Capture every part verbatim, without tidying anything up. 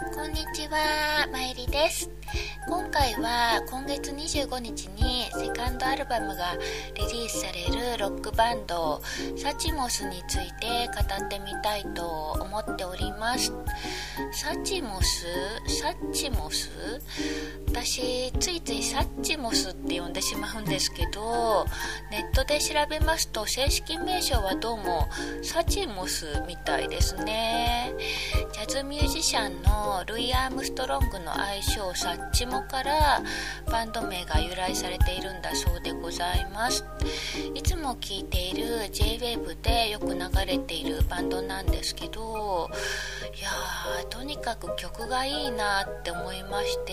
こんにちは、まいりです。今回は今月にじゅうごにちにセカンドアルバムがリリースされるロックバンドサチモスについて語ってみたいと思っております。サチモスサッチモス私ついついサッチモスって呼んでしまうんですけど、ネットで調べますと正式名称はどうもサチモスみたいですね。ジャズミュージシャンのルイ・アームストロングの愛称サッチモからバンド名が由来されているんだそうでございます。いつも聴いている ジェイウェーブ でよく流れているバンドなんですけど、いやーとにかく曲がいいなって思いまして、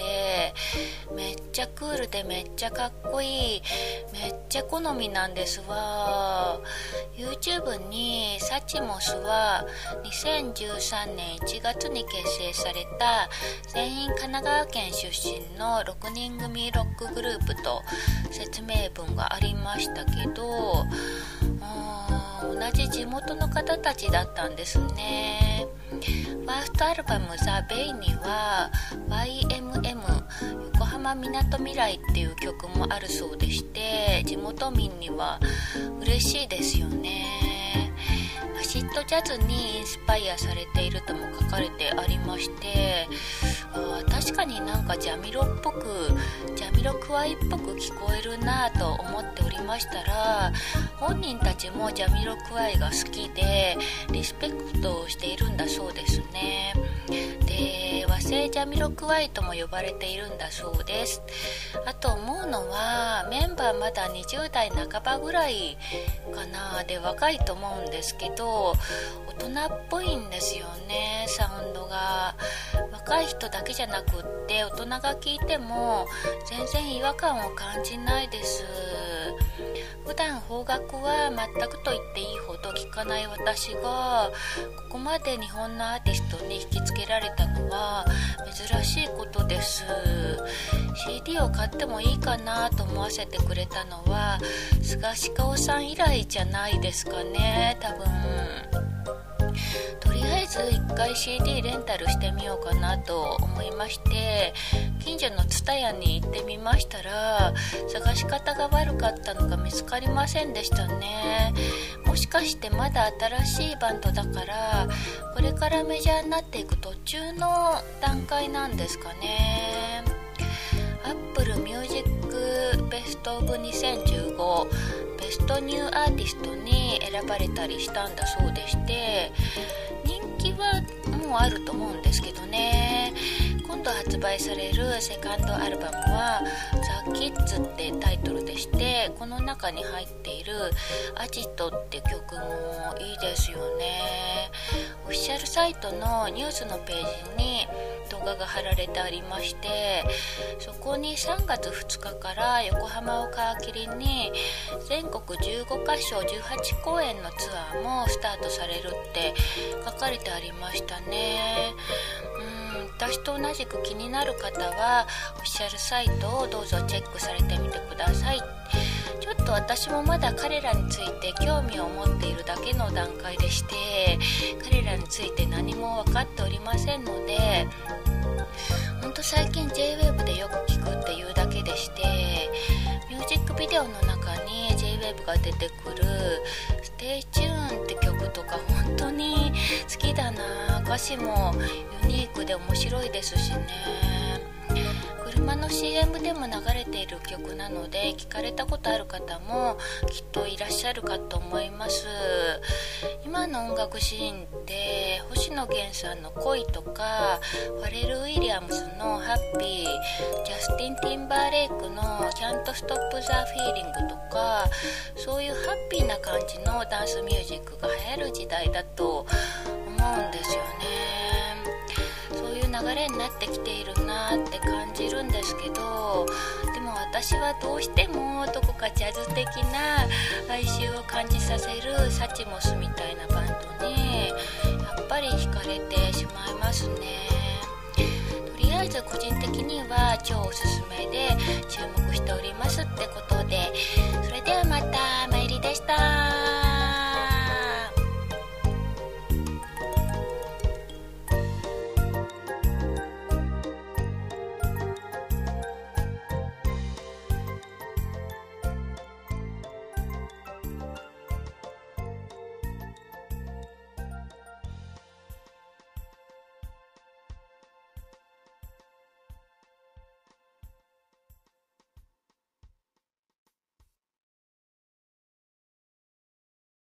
めっちゃクールでめっちゃかっこいい、めっちゃ好みなんですわ。 YouTube にサチモスはにせんじゅうさんねんいちがつに結成された全員神奈川県出身のろくにん組ロックグループと説明文がありましたけど、同じ地元の方たちだったんですね。ファーストアルバムザ・ベイには ワイエムエム 横浜みなとみらいっていう曲もあるそうでして、地元民には嬉しいですよね。アシッドジャズにインスパイアされているとも書かれてありまして、あ確かになんかジャミロっぽくジャミロクワイっぽく聞こえるなと思っておりましたら、本人たちもジャミロクワイが好きでリスペクトをしているんだそうですね。で、和製ジャミロクワイとも呼ばれているんだそうです。あと思うのはメンバーまだにじゅうだいなかばぐらいかな、で若いと思うんですけど大人っぽいんですよね、サウンドが。若い人だけじゃなくって大人が聴いても全然違和感を感じないです。普段邦楽は全くと言っていいほど聴かない私がここまで日本のアーティストに引きつけられたのは珍しいことです。 シーディー を買ってもいいかなと思わせてくれたのは菅鹿尾さん以来じゃないですかね、多分。とりあえず一回 シーディー レンタルしてみようかなと思いまして、近所のツタヤに行ってみましたら探し方が悪かったのか見つかりませんでしたね。もしかしてまだ新しいバンドだからこれからメジャーになっていく途中の段階なんですかね。Apple Music Best of にせんじゅうごベストニューアーティストに選ばれたりしたんだそうでして、人気はもうあると思うんですけどね。今度発売されるセカンドアルバムはザ・キッズってタイトルでして、この中に入っているアジトって曲もいいですよね。オフィシャルサイトのニュースのページに動画が貼られてありまして、そこにさんがつふつかから横浜を皮切りに全国じゅうごかしょじゅうはちこうえんのツアーもスタートされるって書かれてありましたね。うん、私と同じく気になる方はオフィシャルサイトをどうぞチェックされてみてください。ちょっと私もまだ彼らについて興味を持っているだけの段階でして、彼らについて何も分かっておりませんので、ほんと最近 ジェイウェーブ でよく聞くっていうだけでして、ミュージックビデオの中に ジェイウェーブ が出てくるステイチューンって曲とか本当に好きだな。歌詞もユニークで面白いですしね。車の シーエム でも流れている曲なので聞かれたことある方もきっといらっしゃるかと思います。今の音楽シーンって星野源さんの恋とかファレル・ウィリアムズのハッピー、ジャスティン・ティンバーレイクのキャント・ストップ・ザ・フィーリングとか、そういうハッピーな感じのダンスミュージックが流行る時代だと思うんですよね。そういう流れになってきているなって感じるんですけど、でも私はどうしてもどこかジャズ的な哀愁を感じさせるサチモスみたいなバンドにやっぱり惹かれてしまいますね。とりあえず個人的には超おすすめで注目しておりますってことで、